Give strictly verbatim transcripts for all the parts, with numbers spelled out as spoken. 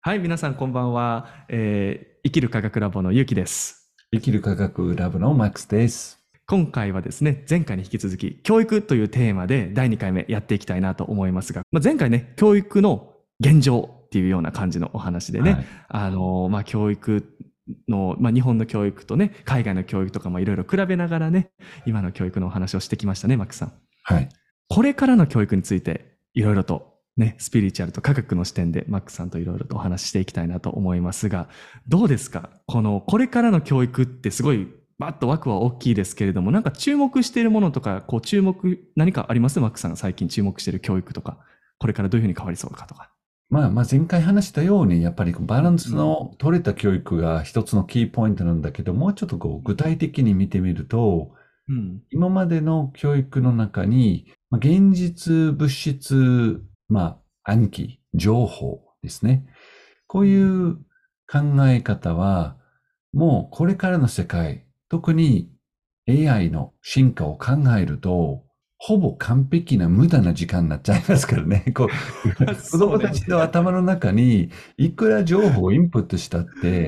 はい、皆さんこんばんは。えー生きる科学ラボのゆうきです。 生きる科学ラボのマックスです。 今回はですね、前回に引き続き、教育というテーマでだいにかいめやっていきたいなと思いますが、まあ、前回ね、教育の現状っていうような感じのお話でね、 はい。 あの、まあ、教育の、まあ、日本の教育とね、海外の教育とかもいろいろ比べながらね、今の教育のお話をしてきましたね、マックさん。 はい。 これからの教育について、いろいろとね、スピリチュアルと科学の視点でマックさんといろいろとお話ししていきたいなと思いますが、どうですか？この、これからの教育ってすごい、バッと枠は大きいですけれども、なんか注目しているものとか、こう注目、何かあります？マックさんが最近注目している教育とか、これからどういうふうに変わりそうかとか。 まあ、まあ、前回話したように、やっぱりバランスうん、 の取れた教育が一つのキーポイントなんだけど、もうちょっとこう具体的に見てみると、 うん、 今までの教育の中に、まあ、現実、物質、まあ、暗記、情報ですね。こういう考え方は、もうこれからの世界、特に エーアイ の進化を考えると、ほぼ完璧な無駄な時間になっちゃいますからね。こう、子そうね。 供たちの頭の中にいくら情報をインプットしたって、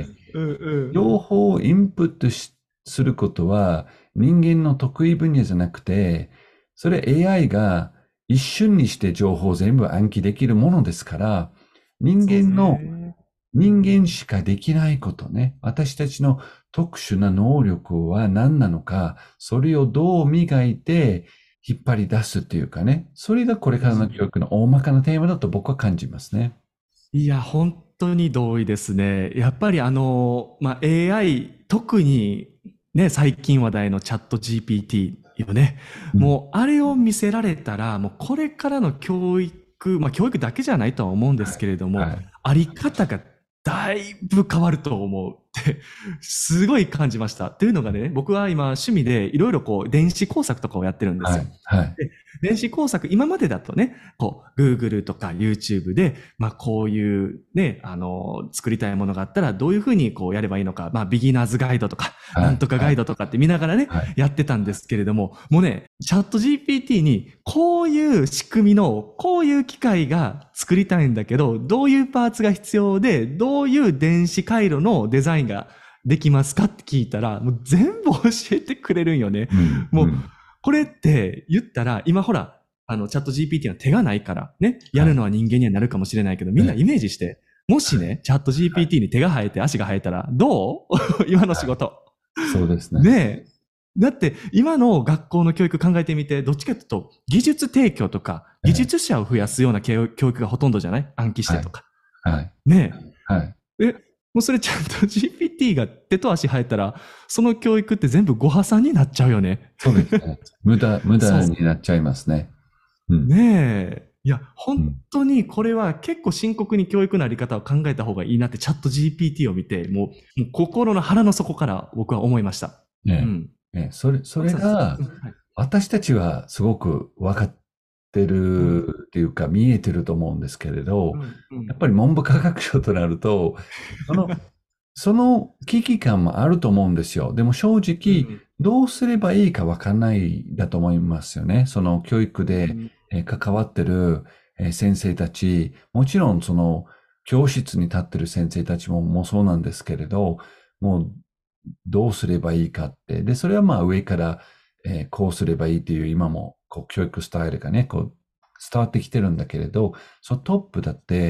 うんうん。 情報をインプットしすることは人間の得意分野じゃなくて、それ エーアイ が一瞬にして情報を全部暗記できるものですから、人そう間のね。う人ん。 間しかできないことね。私たちの特殊な能力は何なのか、それをどう磨いて引っ張り出すっていうかね。それがこれからの教育の大まかなテーマだと僕は感じますね。 いや、本当に同意ですね。やっぱりあの、まあ、エーアイ、特にね、最近話題のチャット ジーピーティー よね。 うん。 もうあれを見せられたら、もうこれからの教育、まあ教育だけじゃないとは思うんですはい。 けれども、 はい。 あり方がだいぶ変わると思うってすごい感じました。というのがね、僕は今趣味でいろいろこう電子工作とかをやってるんですよ。 はい。はい。 で電子工作、今までだとね、こう、Google とか YouTube で、まあこういうね、あの、作りたいものがあったらどういうふうにこうやればいいのか、まあビギナーズガイドとか、 はい。 なんとかガはい。 イドとかって見ながらね、 はい。 やってたんですけれども、もうね、チャット ジーピーティー にこういう仕組みの、こういう機械が作りたいんだけど、どういうパーツが必要で、どういう電子回路のデザインができますかって聞いたら、もう全部教えてくれるんよね。 うん。 もう、 うん。 これって言ったら、今ほら、あの、チャット ジーピーティー の手がないから、ね、やはい。 るのは人間にはなるかもしれないけど、みんなイえメージして、もしね、チャットはい。 ジーピーティー に手が生えて足が生えたら、どう今の仕はい。 事。 そうですね。 ねえ。だって、今の学校の教育考えてみて、どっちかというと、技術提供とか、技ええ術者を増やすような教教育がほとんどじゃない？暗記してはい。 とか。 はい。 ねはい。 え。え、もうそれちゃんと ジーピーティー が手と足生えたら、その教育って全部ご破算になっちゃうよね。 そうですね。無駄、無駄そになっちゃいますね。うう。 ん。 ねえ。いや、本うん。 当にこれは結構深刻に教育のあり方を考えた方がいいなってチャット ジーピーティー を見て、もう、もう心の腹の底から僕は思いました。 ええ。 うん。 ええ。それ、そマキさん、それが、 うん、はい。 私たちはすごく分かってうん、 るっていうか、見えてると思うんですけれど、 うん、うん。 やっぱり文部科学省となると、その、その危機感もあると思うんですよ。でも正直、 うん、 どうすればいいか分かんないだと思いますよね。その教育でうん、 えー関わってるえー先生たち、もちろんその教室に立ってる先生たちももうそうなんですけれど、もうどうすればいいかって。で、それはまあ上から、えーこうすればいいっていう今もこう教育スタイルがね、こう伝わってきてるんだけれど、そのトップだって、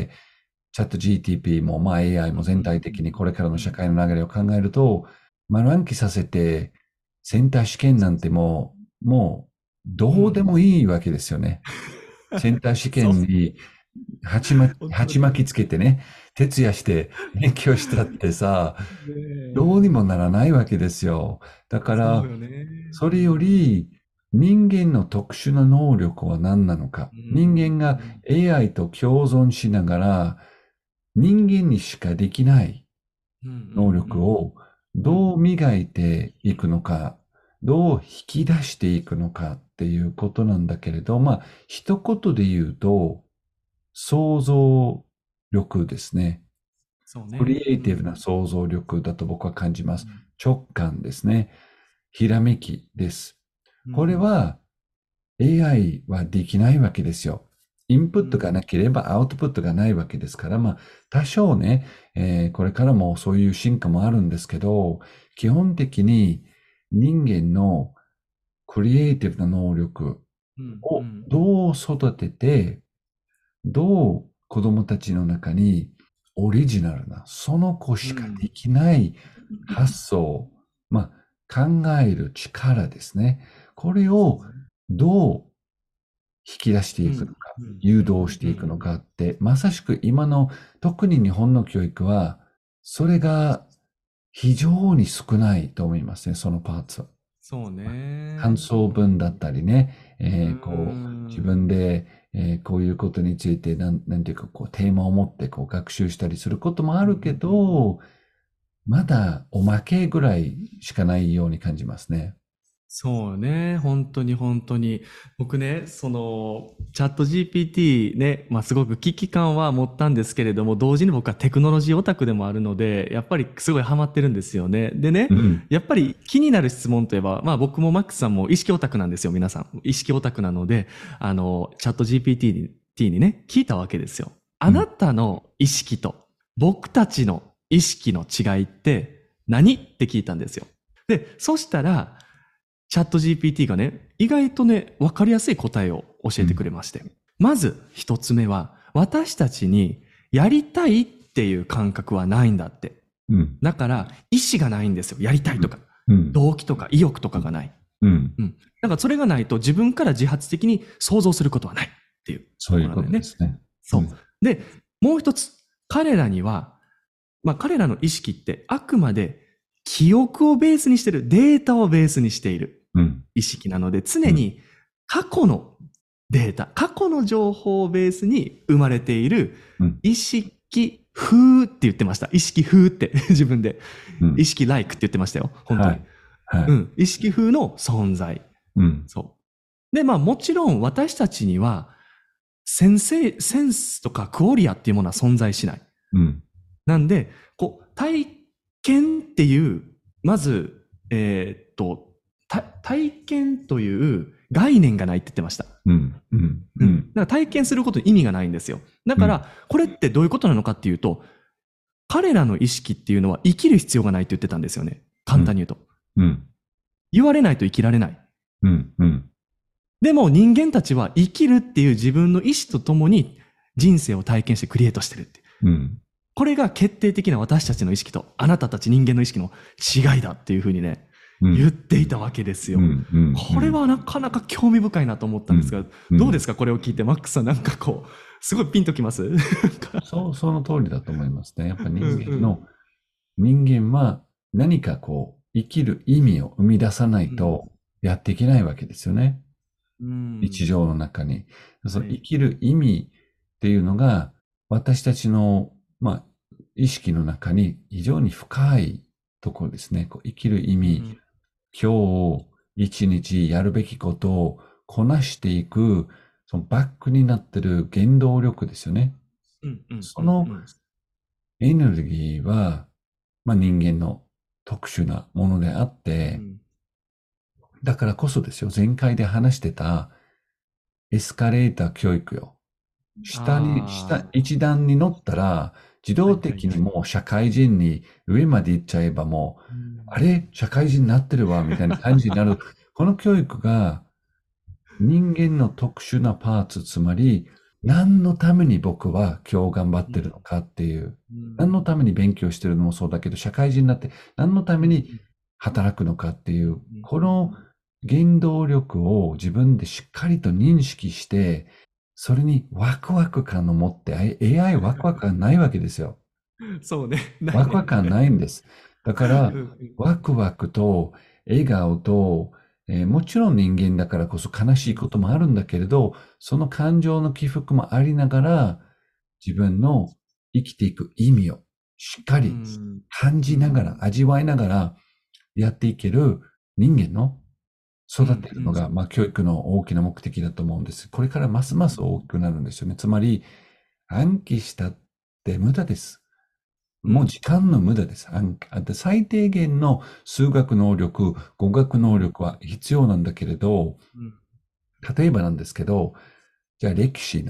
チャット ジーティーピー も、まあ エーアイ も全体的にこれからの社会の流れを考えると、丸暗記させて、センター試験なんてもう、もう、どうでうん。 もいいわけですよね。センター試そう。 験に、鉢巻き、 本当に。 鉢巻きつけてね、徹夜して勉強したってさ、 ねえ。 どうにもならないわけですよ。だから、 そうよね。 それようん。 り、人間の特殊な能力は何なのか。 う人間がん。 エーアイ と共存しながら、人間にしかできないうん。う能ん。 力をうん。うん。 どう磨いていくのか、どう引き出していくのかっていうことなんだけれど、まあ、一言で言うと、想像力ですね。 そうクリね。 エイティブなうん。 想像力だと僕は感じます。 うん。 直感ですね。ひらめきです。これうん。 は エーアイ はできないわけですよ。 インプットがなければアウトプットがないわけですから、まあ、多少ね、えーこれからもそういう進化もあるんですけど、基本的に人間のクリエイティブな能力うんうをんどう育てて、どう子供たちの中にオリジナルな、その子しかできない発想、まあ、考える力ですね。これをどう引き出してうんいくのか、 うん誘導していくのかって、まさしく今の、特に日本の教育は、それが非常に少ないと思いますね、そのパーツは。 そうね。 感想文だったりね、 うーえーこう、自分ん。 で、えーこういうことについて、なん、なんていうか、こう、テーマを持って、こう、学習したりすることもあるけど、まだおまけぐらいしかないように感じますね。 そうね。本当に本当に。僕ね、その、チャット ジーピーティー ね、まあすごく危機感は持ったんですけれども、同時に僕はテクノロジーオタクでもあるので、やっぱりすごいハマってるんですよね。でね、 うん。 やっぱり気になる質問といえば、まあ僕もマックスさんも意識オタクなんですよ、皆さん。意識オタクなので、あの、チャット ジーピーティー に T にね、聞いたわけですよ。あうん。 なたの意識と僕たちの意識の違いって何って聞いたんですよ。で、そしたら、チャット ジーピーティー がね、意外とね、わかりやすい答えを教えてくれまして。まず一つ目は、私たちにやりたいっていう感覚はないんだって。 うん。 だから、意志がないんですよ。やりたいとか、 うん。 動機とか意欲とかがない。 うん。 うん。だからそれがないと自分から自発的に想像することはないっていうそういうこところなんだよね。 とですね。 そう。 うん。 で、もう一つ、彼らには、まあ彼らの意識ってあくまで記憶をベースにしている、データをベースにしているうん。 意識なので、常に過去のデータ、過去の情報をベースに生まれているうん。 意識風って言ってました。意識風って自分で。 うん。 意識 like って言ってましたよ。本当に。 はい。はい。 うん。意識風の存在。 うん。 そう。で、まあもちろん私たちには、センセ、センスとかクオリアっていうものは存在しない。 うん。 なんで、こう、体験っていう、まず、えーっと、た体験という概念がないって言ってました。 うん。うん。 う。 うんん。 だから体験することに意味がないんですよ。だから、これってどういうことなのかっていうと、彼らの意識っていうのは生きる必要がないって言ってたんですよね。簡単に言うと。 うん。 言われないと生きられない。 うん。うん。 でも人間たちは生きるっていう自分の意志とともに人生を体験してクリエイトしてるって。 うん。 これが決定的な私たちの意識とあなたたち人間の意識の違いだっていうふうにね、 うん。 言っていたわけですよ。 うんうんこれはなかなか興味深いなと思ったんですが、 うんどうですかこれを聞いて、マックスさんなんかこう、すごいピンときますなんかそう、その通りだと思いますね。やっぱ人うんうん間の、人間は何かこう、生きる意味を生み出さないとやっていけないわけですよね。 うん日常の中に。そのはい生きる意味っていうのが、私たちの、まあ、意識の中に非常に深いところですね。こう生きる意味、 うん今日一日やるべきことをこなしていく、そのバックになってる原動力ですよね。 うんうんそのうんエネルギーは、まあ、人間の特殊なものであっうて、 んだからこそですよ、前回で話してたエスカレーター教育よ。下に、 あ下、一段に乗ったら、自動的にもう社会人に上まで行っちゃえばもう、あれ社会人になってるわ、みたいな感じになる。この教育が人間の特殊なパーツ、つまり、何のために僕は今日頑張ってるのかっていう、何のために勉強してるのもそうだけど、社会人になって何のために働くのかっていう、この原動力を自分でしっかりと認識して、それにワクワク感を持って、エーアイ ワクワク感ないわけですよ。 そうね。ないね。 ワクワク感ないんです。だからうんう、んワクワクと笑顔と、えーもちろん人間だからこそ悲しいこともあるんだけれど、その感情の起伏もありながら、自分の生きていく意味をしっかうりん感じながら、味わいながらやっていける人間の育てるのが、 うんうんまあ、教育の大きな目的だと思うんです。これからますます大きくなるんですよね。つまり、暗記したって無駄です。もう時間の無駄です。暗記あで最低限の数学能力、語学能力は必要なんだけれど、 うん例えばなんですけど、じゃあ歴史の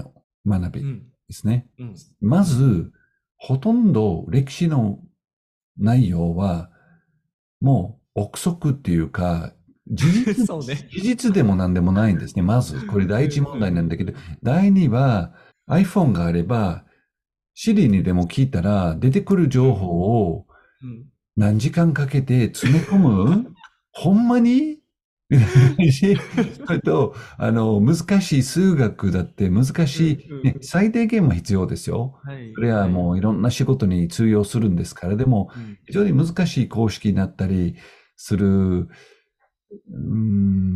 学びでうん。 すね。 うん。 まず、ほとんど歴史の内容は、もう憶測っていうか、事実、 そうね。 事実でも何でもないんですね。まず、これ第一問題なんだけど、第二は iPhone があれば、Siri にでも聞いたら出てくる情報をうん。 何時間かけて詰め込むほんまにそれと、あの、難しい数学だって難うん。 しい、ね、 うん。 最低限は必要ですよ。 はい。 それははい。 もういろんな仕事に通用するんですから、でも、 うん。 非常に難しい公式になったりする、うん、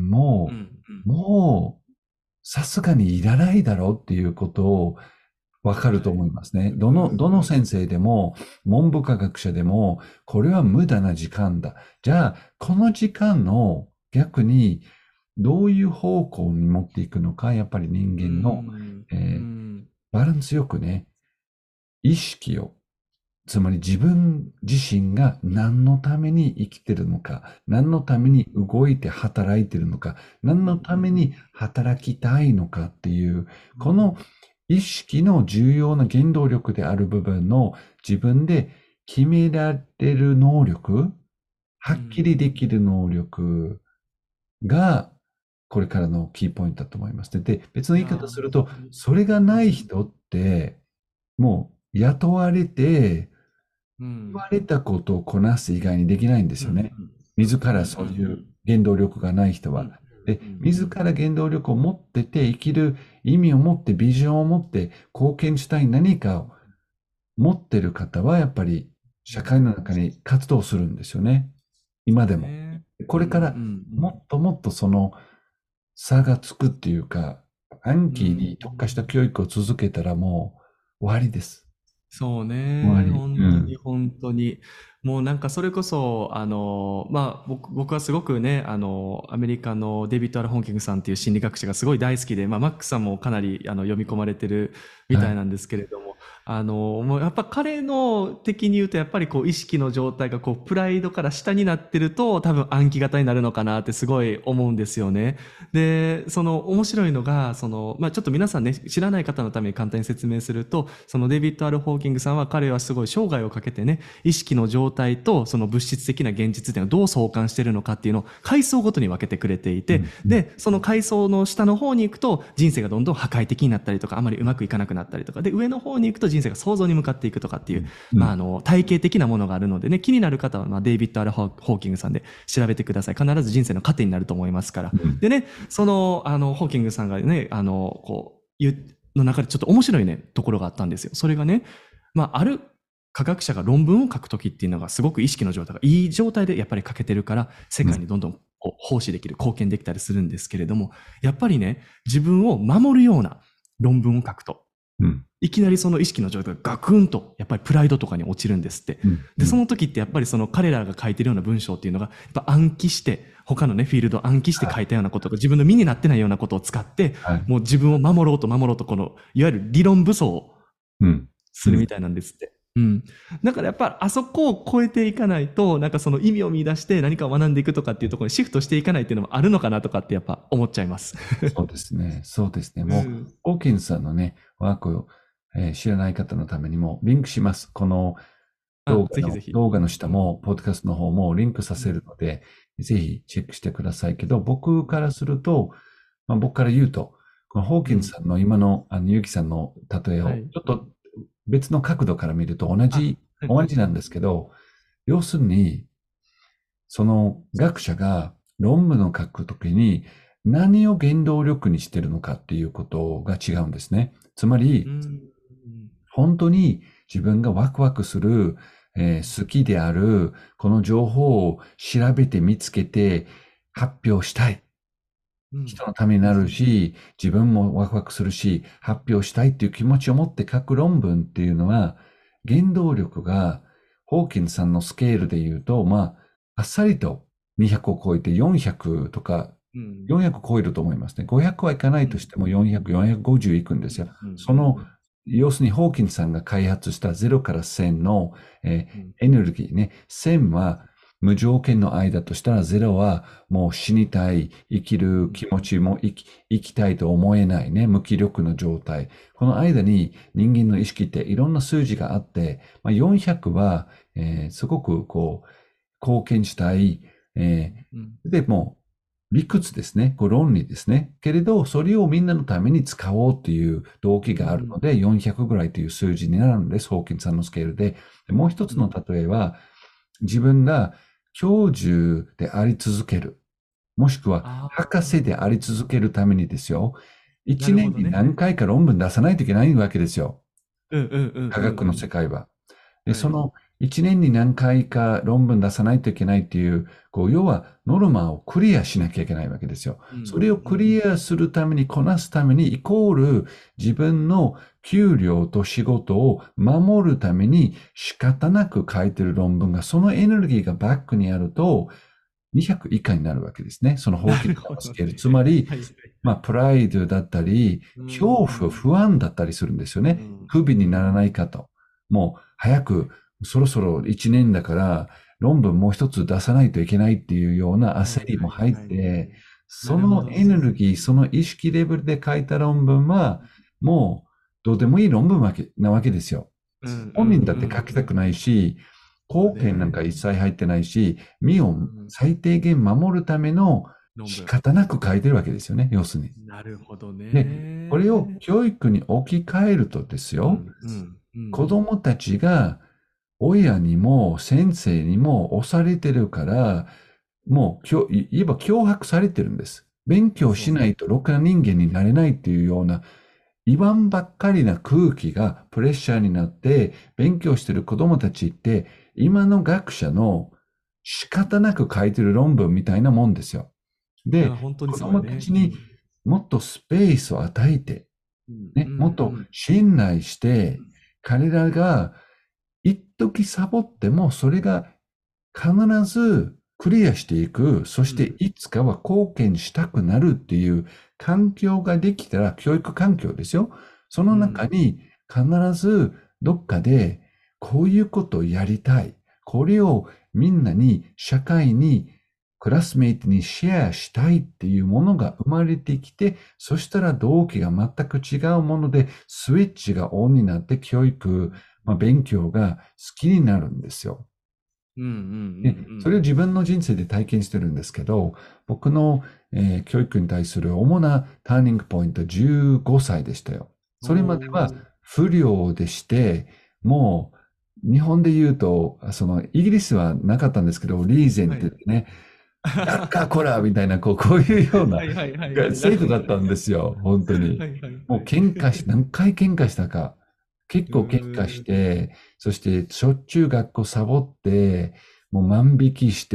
もうん。 う、もう、さすがにいらないだろうっていうことをわかうん。はい。 ると思いますね。どうん。 の、どうん。 の先生でも、文部科学者でも、これは無駄な時間だ。じゃあ、この時間の逆に、どういう方向に持っていくのか、やっぱり人う間の、 ん。うえーん。 バランスよくね、意識を、つまり自分自身が何のために生きてるのか、何のために動いて働いてるのか、何のために働きたいのかっていう、この意識の重要な原動力である部分の自分で決められる能力、はっきりできる能力が、これからのキーポイントだと思います。で、別の言いいやー、本方すると、 当に。 それがなうん。 い人って、もう雇われて、 うん。 言われたことをこなす以外にできないんですうん。 よね。自うん。うらそういうん。 原動力がない人うん。 は。で、 うん。 自ら原動力を持ってて、生きる意味を持って、ビジョンを持って、貢献したい何かを持ってる方は、やっぱり社会の中に活動するんですよね。今でも。 ね。 こうん。うれからもん。 っともっとその差がつくっていうか、暗記うん。 に特化した教育を続けたらもう終わりです。 そう終わね。 り。うん。 本当に本当に。もうなんかそれこそ、あの、まあ僕、僕はすごくね、あの、アメリカのデイビッド・アル・ホーキングさんっていう心理学者がすごい大好きで、まあマックさんもかなりあの読み込まれてるみはい。 たいなんですけれども、あの、もうやっぱ彼の的に言うとやっぱりこう意識の状態がこうプライドから下になってると多分暗記型になるのかなってすごい思うんですよね。で、その面白いのが、その、まあちょっと皆さんね、知らない方のために簡単に説明すると、そのデイビッド・アル・ホーキングさんは彼はすごい生涯をかけてね、意識の状態とその物質的な現実っていうのをどう相関しているのかっていうのを階層ごとに分けてくれていて、 うん。うん。 で、その階層の下の方に行くと人生がどんどん破壊的になったりとか、あまりうまくいかなくなったりとか、で、上の方に行くと人生が創造に向かっていくとかっていう、まあ、あうん。 の、体系的なものがあるのでね、気になる方は、まあ、デイビッド・アル・ホーキングさんで調べてください。必ず人生の糧になると思いますから。 うん。 でね、その、あの、ホーキングさんがね、あの、こう、言う、の中でちょっと面白いね、ところがあったんですよ。それがね、まあ、ある科学者が論文を書くときっていうのがすごく意識の状態がいい状態でやっぱり書けてるから、世界にどんどんこう奉仕できる、貢献できたりするんですけれども、やっぱりね、自分を守るような論文を書くと、 うん。 いきなりその意識の状態がガクンと、やっぱりプライドとかに落ちるんですって。 うん。 で、その時ってやっぱりその彼らが書いてるような文章っていうのが、やっぱ暗記して、他のね、フィールドを暗記して書いたようなことが自分の身になってないようなことを使って、 はい。 もう自分を守ろうと守ろうと、この、いわゆる理論武装をうん。うん。 するみたいなんですって。うん。だからやっぱあそこを超えていかないと、なんかその意味を見出して何かを学んでいくとかっていうところにシフトしていかないっていうのもあるのかなとかってやっぱ思っちゃいます。 そうですね。そうですね。もう、 うん。 ホーキンスさんのね、ワークを、えー知らない方のためにもリンクします。この動あ、 画の、 ぜひぜひ。 動画の下うん。 も、ポッドキャストの方もリンクさせるので、ぜひチェックしてくださいけど、僕からすると、まあ、僕から言うと、このホーうん。 キンスさんの今の、あの、ゆうきさんの例えを、 はい。 ちょっと別の角度から見ると同あ、 じ、 うんうん同じなんですけど、要するに、その学者が論文を書くときに何を原動力にしているのかっていうことが違うんですね。つまり、 うん。 本当に自分がワクワクする、えー好きである、この情報を調べて見つけて発表したい。 うん。 人のためになるし、自分もワクワクするし、発表したいっていう気持ちを持って書く論文っていうのは、原動力が、ホーキンスさんのスケールで言うと、まあ、あっさりとにひゃくを超えてよんひゃくとか、 うん。 よんひゃく超えると思いますね。ごひゃくはいかないとしてもよんひゃく、よんひゃくごじゅういくんですよ。 うん。 その、要するにホーキンスさんが開発したゼロからせんの、えーうん。 エネルギーね。せんは無条件の愛だとしたら、ゼロはもう死にたい、生きる気持ちも生き、生きたいと思えないね、無気力の状態。この間に人間の意識っていろんな数字があって、まあ、よんひゃくは、えーすごくこう、貢献したい、えうんーで、もう理屈ですね。こう論理ですね。けれど、それをみんなのために使おうという動機があるので、よんひゃくぐらいという数字になるんです。ホーキンさんのスケールで。でもう一つの例えは、自分が教授であり続ける。もしくは、 あ博士であり続けるためにですよ。 な一年にるほどね。 何回か論文出さないといけないわけですよ。 うんうんうんうん科学の世界は。で、 はいその一年に何回か論文出さないといけないっていう、こう、要はノルマをクリアしなきゃいけないわけですよ。 うんそれをクリアするために、こなすために、イコール自分の給料と仕事を守るために仕方なく書いてる論文が、そのエネルギーがバックにあると、にひゃく以下になるわけですね。その法規のなるほどスケール。 ね。 つまり、 はい。 まあ、プライドだったり、 うん恐怖、不安だったりするんですよね。 うん不備にならないかと。もう、早く、そろそろいちねんだから、論文もう一つ出さないといけないっていうような焦りも入っはいはいはいて、 なそるほどね。 のエネルギー、その意識レベルで書いた論文は、もう、どうでもいい論文わけなわけですよ。 うんうん本人だって書きたくないし、貢献なんか一切入ってないし、身を最低限守るための論文。 仕方なく書いてるわけですよね、要するに。 なるほどで、 ね。 これを教育に置き換えるとですよ、 うんうんうん子供たちが親にも先生にも押されてるから、もうきょ、い言えば脅迫されてるんです。勉強しないとろくな人間になれないっていうような言わんばっかりな空気がプレッシャーになって勉強してる子供たちって今の学者の仕方なく書いてる論文みたいなもんですよ。 いや、 で、 本当に子供そうやね。 たちにもっとスペースを与えて、 うんね、もっと信頼して、彼らが一時サボってもそれが必ずクリアしていく、そしていつかは貢献したくなるっていう環境ができたら、教育環境ですよ。その中に必ずどっかでこういうことをやりたい。これをみんなに、社会に、クラスメイトにシェアしたいっていうものが生まれてきて、そしたら動機が全く違うもので、スイッチがオンになって教育、まあ、勉強が好きになるんですよ。 うんうんでうんうん。 それを自分の人生で体験してるんですけど、僕の、えー教育に対する主なターニングポイントじゅうごさいでしたよ。それまでは不良でして、もう日本で言うと、そのイギリスはなかったんですけど、リーゼントってね、やっかこらみたいな、こう、こういうようなはいはいはいはい。 生徒だったんですよ、本当に。 はいはい。 もう喧嘩し、何回喧嘩したか。結構喧嘩して、そしてしょっちゅう学校サボって、もう万引きして、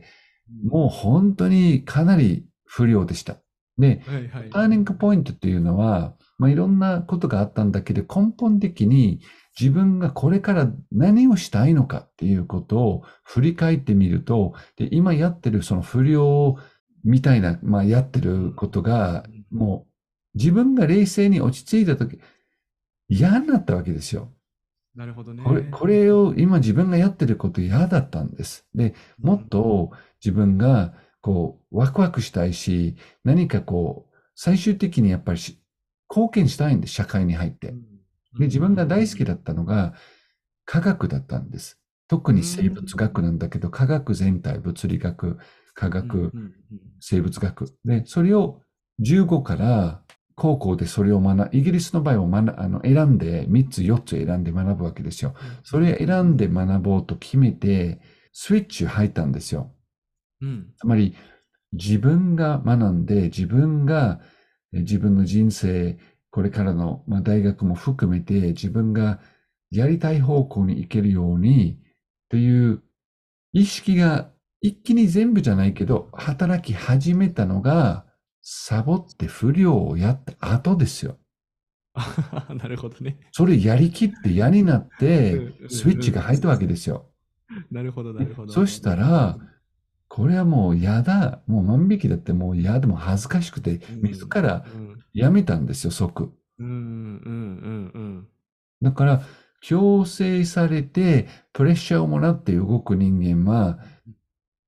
もう本当にかなり不良でした。で、 はいはい。 ターニングポイントっていうのは、まあ、いろんなことがあったんだけど、根本的に自分がこれから何をしたいのかっていうことを振り返ってみると、で、今やってるその不良みたいな、まあ、やってることが、もう自分が冷静に落ち着いたとき、嫌になったわけですよ。 なるほどね。 これ、これを今自分がやってること嫌だったんです。で、もっと自分がこうワクワクしたいし、何かこう、最終的にやっぱりし貢献したいんです、社会に入って。で、自分が大好きだったのが科学だったんです。特に生物学なんだけど、科学全体、物理学、科学、生物学。で、それをじゅうごから高校でそれを学、イギリスの場合は学あの選んで、みっつ、よっつ選んで学ぶわけですよ。それを選んで学ぼうと決めて、スイッチ入ったんですよ。 うん。 つまり、自分が学んで、自分がえ自分の人生、これからの、まあ、大学も含めて、自分がやりたい方向に行けるように、という意識が一気に全部じゃないけど、働き始めたのが、サボって不良をやった後ですよ。 なるほどね。 それやりきって嫌になってうんうんう、んスイッチが入ったわけですよ。 なるほどなるほど。 そしたら、これはもう嫌だ。もう万引きだってもう嫌でも恥ずかしくて、自らうんやめたんですよ、即。 うんうんうんうんだから、強制されて、プレッシャーをもらって動く人間は、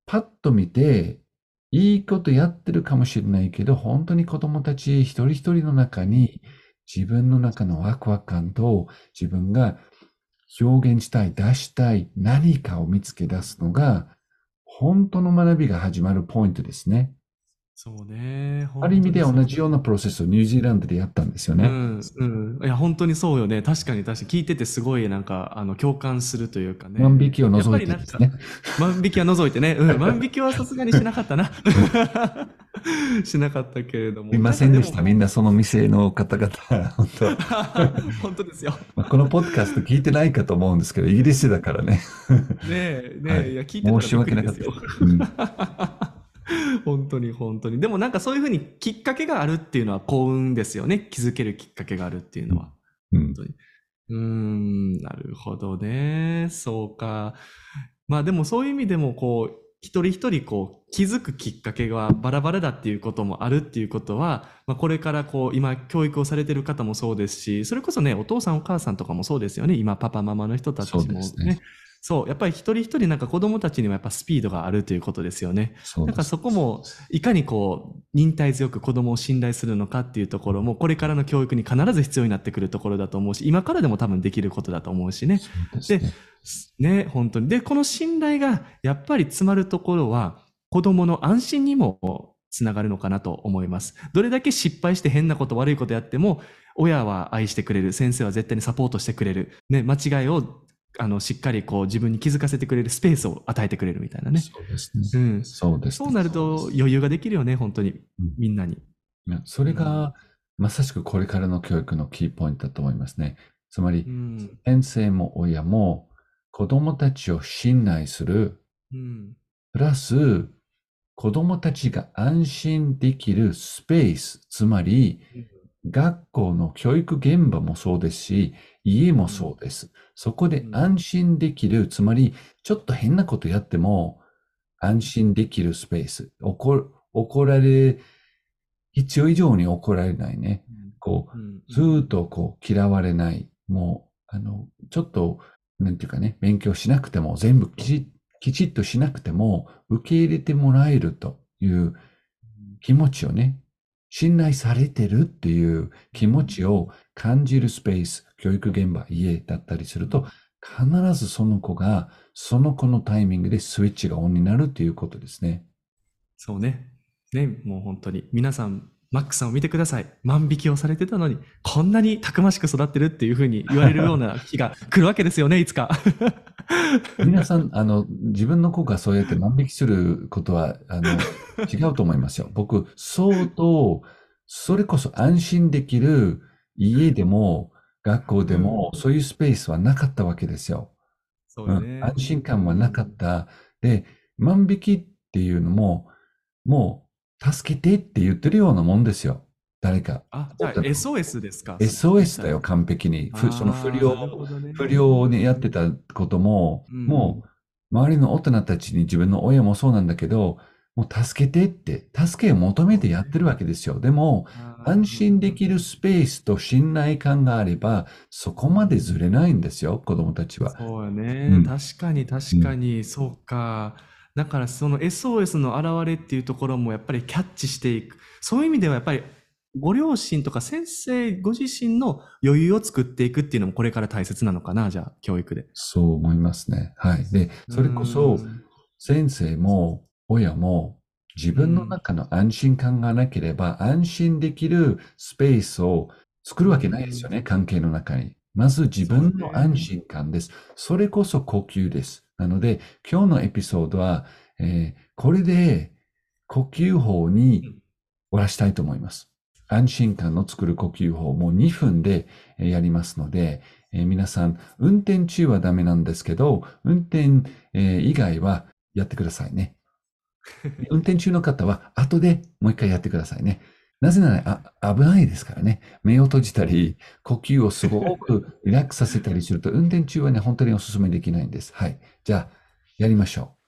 パッと見て、いいことやってるかもしれないけど、本当に子供たち一人一人の中に自分の中のワクワク感と自分が表現したい、出したい何かを見つけ出すのが、本当の学びが始まるポイントですね。 そうね。 ある意味で本当にそう。 同じようなプロセスをニュージーランドでやったんですよね。 うん、うん。いや、本当にそうよね。確かに確かに。聞いててすごいなんか、あの、共感するというか万ね。やっ引きを除いぱりなんか、 てですね。 万引きは除いてね。うん、万引きはさすがにしなかったな。しなかったけれども。 いまなんせんでした。 かでもほん、 みんなその店の方々、本当。 本当ですよ。 まあこのポッドキャスト聞いてないかと思うんですけど、イギリスだからね。 ねえ、ねえ、いはい。 や、聞いてた申らびっくし訳なかった。 りですよ。 うん。 本当に本当に。でもなんかそういうふうにきっかけがあるっていうのは幸運ですよね。気づけるきっかけがあるっていうのは。 うん。 本当に。うーん、なるほどね。そうか。まあでもそういう意味でもこう、一人一人こう気づくきっかけがバラバラだっていうこともあるっていうことは、まあこれからこう今教育をされてる方もそうですし、それこそね、お父さんお母さんとかもそうですよね。今パパママの人たそうちですね。 もね。そう、やっぱり一人一人なんか子供たちにもやっぱスピードがあるということですよね。なんかそうです。 そこもいかにこう忍耐強く子供を信頼するのかっていうところもこれからの教育に必ず必要になってくるところだと思うし、今からでも多分できることだと思うしね。 そうですで、 ね。 ね、本当に。で、この信頼がやっぱり詰まるところは子供の安心にもつながるのかなと思います。どれだけ失敗して変なこと悪いことやっても、親は愛してくれる、先生は絶対にサポートしてくれる、ね、間違いをあのしっかりこう自分に気づかせてくれるスペースを与えてくれるみたいなね。 そうですね。 うん。 そうですね。 そうなると余裕ができるよね、本当に。 うん。 みんなに。 いや、それうん。 が、まさしくこれからの教育のキーポイントだと思いますね。つまり、 うん。 先生も親も子供たちを信頼する、 うん。 プラス、子供たちが安心できるスペース、つまり、学校の教育現場もそうですし、家もそうです。そこで安心できる、つまり、ちょっと変なことやっても安心できるスペース。怒、怒られ、必要以上に怒られないね。こうん。 う、ずーっとこう嫌われない。もう、あの、ちょっと、なんていうかね、勉強しなくても、全部きち、きちっとしなくても、受け入れてもらえるという気持ちをね、信頼されてるっていう気持ちを感じるスペース、教育現場、家だったりすると、必ずその子が、その子のタイミングでスイッチがオンになるっていうことですね。 そうね。ね、もう本当に。皆さん、マックさんを見てください。万引きをされてたのに、こんなにたくましく育ってるっていうふうに言われるような日が来るわけですよね、いつか。 皆さん、あの、自分の子がそうやって万引きすることは、あの、違うと思いますよ。僕、相当、それこそ安心できる家でも、学校でうん。 も、そういうスペースはなかったわけですよ。 そううん、安よね。 心う感はなかっん。 た。で、万引きっていうのも、もう、助けてって言ってるようなもんですよ。誰か。 あ、じゃあ エスオーエス ですか、それね。じエスオーエスゃあ、 だよ、完璧に。ふその不ああ、 良、 なるほどね。 不良にやってたことも、 うん。 もう、周りの大人たちに自分の親もそうなんだけど、もう助けてって、助けを求めてやってるわけですよ。でも、安心できるスペースと信頼感があれば、そこまでずれないんですよ、子供たちは。 そうよね。 うん。 確かにうん。 確かに、そうか。だからその エスオーエス の現れっていうところもやっぱりキャッチしていく。そういう意味ではやっぱりご両親とか先生ご自身の余裕を作っていくっていうのもこれから大切なのかな、じゃあ、教育で。 そう思いますね。はい。で、 うーそれこそ、 ん。 先生も親も自分のうん。 中の安心感がなければ、安心できるスペースを作うるわけないですよん。 ね、関係の中に。まず自そうよ分の安ね。 心感です。それこそ呼吸です。なので、今日のエピソードは、えーこれで呼吸法に終わらしたいと思います。安心感の作る呼吸法、もうにふんでえーやりますので、えー皆さん、運転中はダメなんですけど、運転、えー以外はやってくださいね。運転中の方は後でもう一回やってくださいね。なぜなら、あ、危ないですからね。目を閉じたり、呼吸をすごくリラックスさせたりすると、運転中はね、本当にお勧めできないんです。はい。じゃあ、やりましょ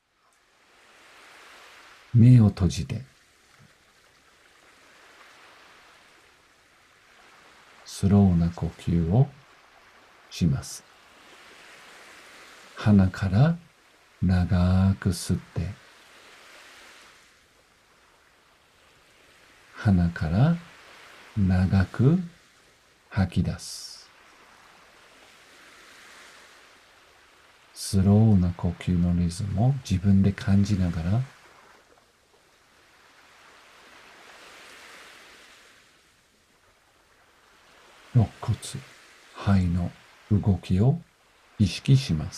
う。目を閉じて、スローな呼吸をします。鼻から長く吸って、 鼻から長く吐き出す。スローな呼吸のリズムを自分で感じながら、肋骨、肺の動きを意識します。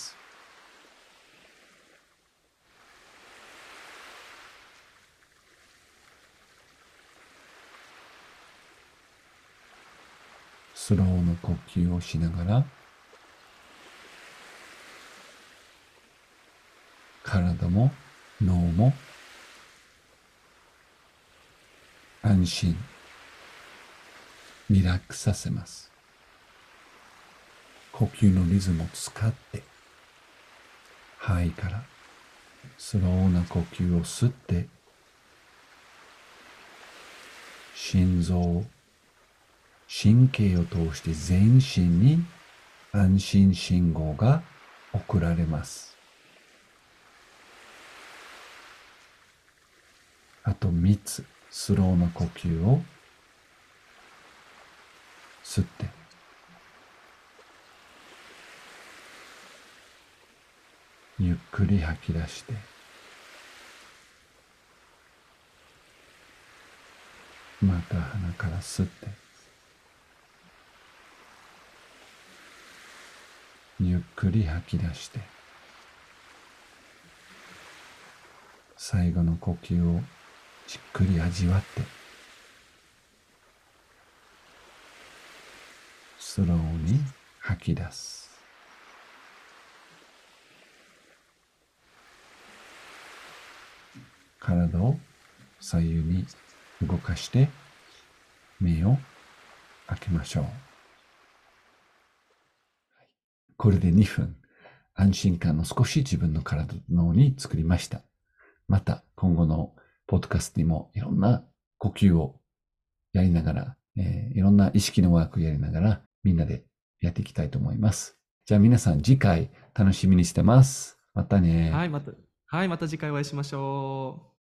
スローの呼吸をしながら、体も脳も安心、リラックスさせます。呼吸のリズムを使って、肺からスローな呼吸を吸って、心臓、神経を通して全身に安心信号が送られます。あとみっつ、スローな呼吸を吸って、ゆっくり吐き出して、また鼻から吸って、ゆっくり吐き出して、最後の呼吸をじっくり味わって、スローに吐き出す。体を左右に動かして目を開けましょう。これでにふん、安心感の少し自分の体の脳に作りました。また今後のポッドキャストにもいろんな呼吸をやりながら、えー、いろんな意識のワークをやりながらみんなでやっていきたいと思います。じゃあ皆さん次回楽しみにしてます。またね。 はい、また、はい、また次回お会いしましょう。